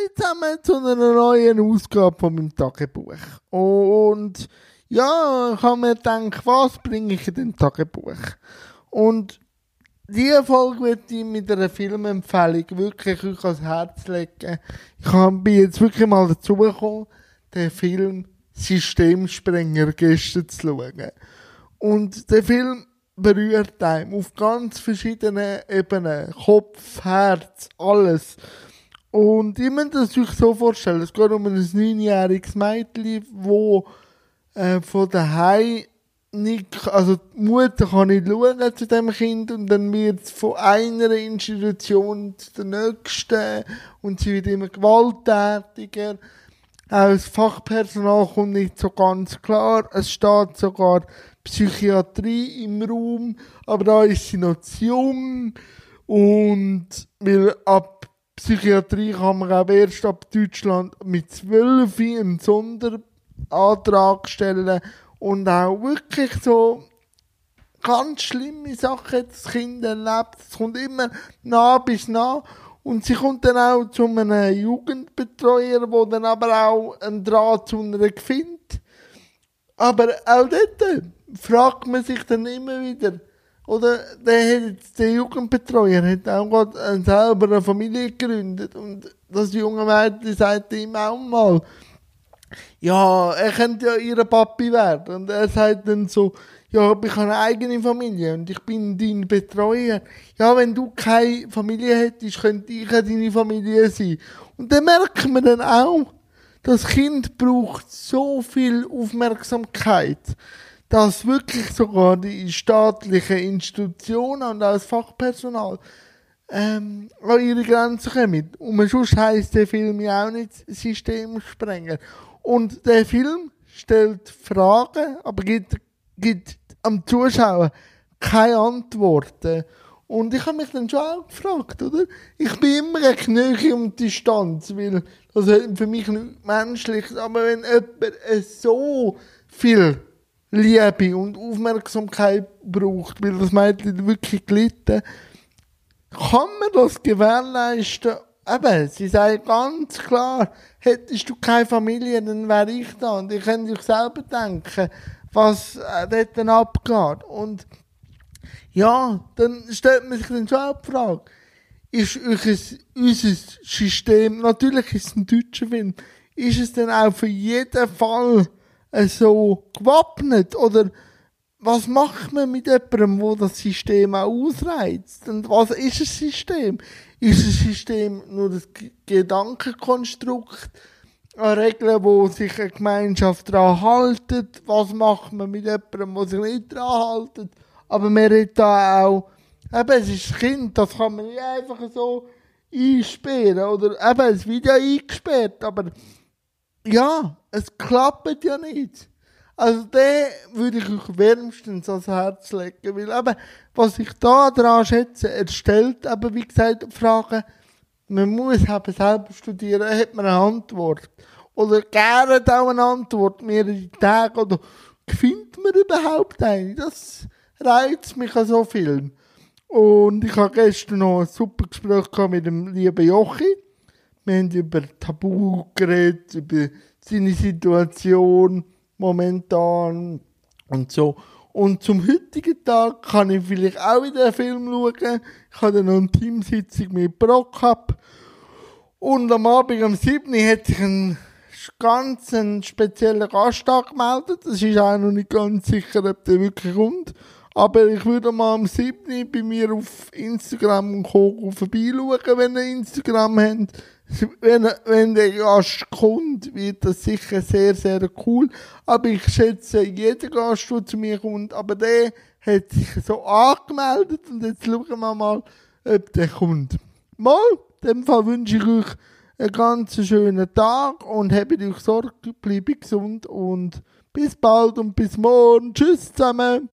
zusammen zu einer neuen Ausgabe von meinem Tagebuch. Und ja, ich habe mir gedacht, was bringe ich in dem Tagebuch? Und diese Folge wird ich mit einer Filmempfehlung wirklich euch ans Herz legen. Bin jetzt wirklich mal dazu gekommen, den Film Systemsprenger gestern zu schauen. Und der Film berührt einem auf ganz verschiedenen Ebenen. Kopf, Herz, alles. Und ich muss das euch so vorstellen, es geht um ein 9-jähriges Mädchen, das von daheim nicht, also die Mutter kann nicht schauen zu dem Kind und dann wird es von einer Institution zur nächsten und sie wird immer gewalttätiger. Auch das Fachpersonal kommt nicht so ganz klar. Es steht sogar Psychiatrie im Raum, aber da ist sie noch zu jung und weil ab Psychiatrie kann man auch erst ab Deutschland mit 12 einen Sonderantrag stellen und auch wirklich so ganz schlimme Sachen das Kind erlebt. Es kommt immer nah bis nah und sie kommt dann auch zu einem Jugendbetreuer, der dann aber auch einen Draht zu einer findet. Aber auch dort fragt man sich dann immer wieder, oder der Jugendbetreuer hat auch gerade selber eine Familie gegründet und das junge Mädchen sagt ihm auch mal, ja, er könnte ja ihr Papi werden. Und er sagt dann so, ja, aber ich habe eine eigene Familie und ich bin dein Betreuer. Ja, wenn du keine Familie hättest, könnte ich ja deine Familie sein. Und dann merkt man dann auch, das Kind braucht so viel Aufmerksamkeit, dass wirklich sogar die staatlichen Institutionen und auch das Fachpersonal an ihre Grenzen kommen. Und sonst heisst der Film ja auch nicht Systemsprenger. Und der Film stellt Fragen, aber gibt am Zuschauer keine Antworten. Und ich habe mich dann schon auch gefragt, oder? Ich bin immer gegen Nähe und Distanz, weil das ist für mich nicht menschlich. Aber wenn jemand so viel Liebe und Aufmerksamkeit braucht, weil das Mädchen wirklich gelitten, kann man das gewährleisten? Eben, sie sagen ganz klar, hättest du keine Familie, dann wäre ich da. Und ihr könnt euch selber denken, was dort dann abgeht. Und ja, dann stellt man sich dann schon auch die Frage, ist unser System, natürlich ist es ein deutscher Film, ist es denn auch für jeden Fall so gewappnet? Oder was macht man mit jemandem, wo das System auch ausreizt? Und was ist ein System? Ist ein System nur das Gedankenkonstrukt, eine Regel, wo sich eine Gemeinschaft daran hält? Was macht man mit jemandem, der sich nicht daran hält? Aber man redet da auch, eben, es ist ein Kind, das kann man nicht einfach so einsperren. Oder eben, es wird ja eingesperrt, aber ja, es klappt ja nicht. Also den würde ich euch wärmstens ans Herz legen, weil eben, was ich da daran schätze, er stellt eben, wie gesagt, Fragen, man muss eben selber studieren, hat man eine Antwort. Oder gerne auch eine Antwort, mehrere Tage, oder findet man überhaupt eine? Das reizt mich an so Film. Und ich habe gestern noch ein super Gespräch gehabt mit dem lieben Jochi. Wir haben über Tabu geredet, über seine Situation momentan und so. Und zum heutigen Tag kann ich vielleicht auch wieder einen Film schauen. Ich hatte noch eine Teamsitzung mit Brock gehabt. Und am Abend am 7. hat sich ein ganz spezieller Gast angemeldet. Es ist auch noch nicht ganz sicher, ob der wirklich kommt. Aber ich würde mal am 7. bei mir auf Instagram und Co. vorbeischauen, wenn ihr Instagram habt. Wenn der Gast kommt, wird das sicher sehr, sehr cool. Aber ich schätze jeden Gast, der zu mir kommt. Aber der hat sich so angemeldet und jetzt schauen wir mal, ob der kommt. Mal, in dem Fall wünsche ich euch einen ganz schönen Tag und habt euch Sorge, bleibt gesund und bis bald und bis morgen. Tschüss zusammen.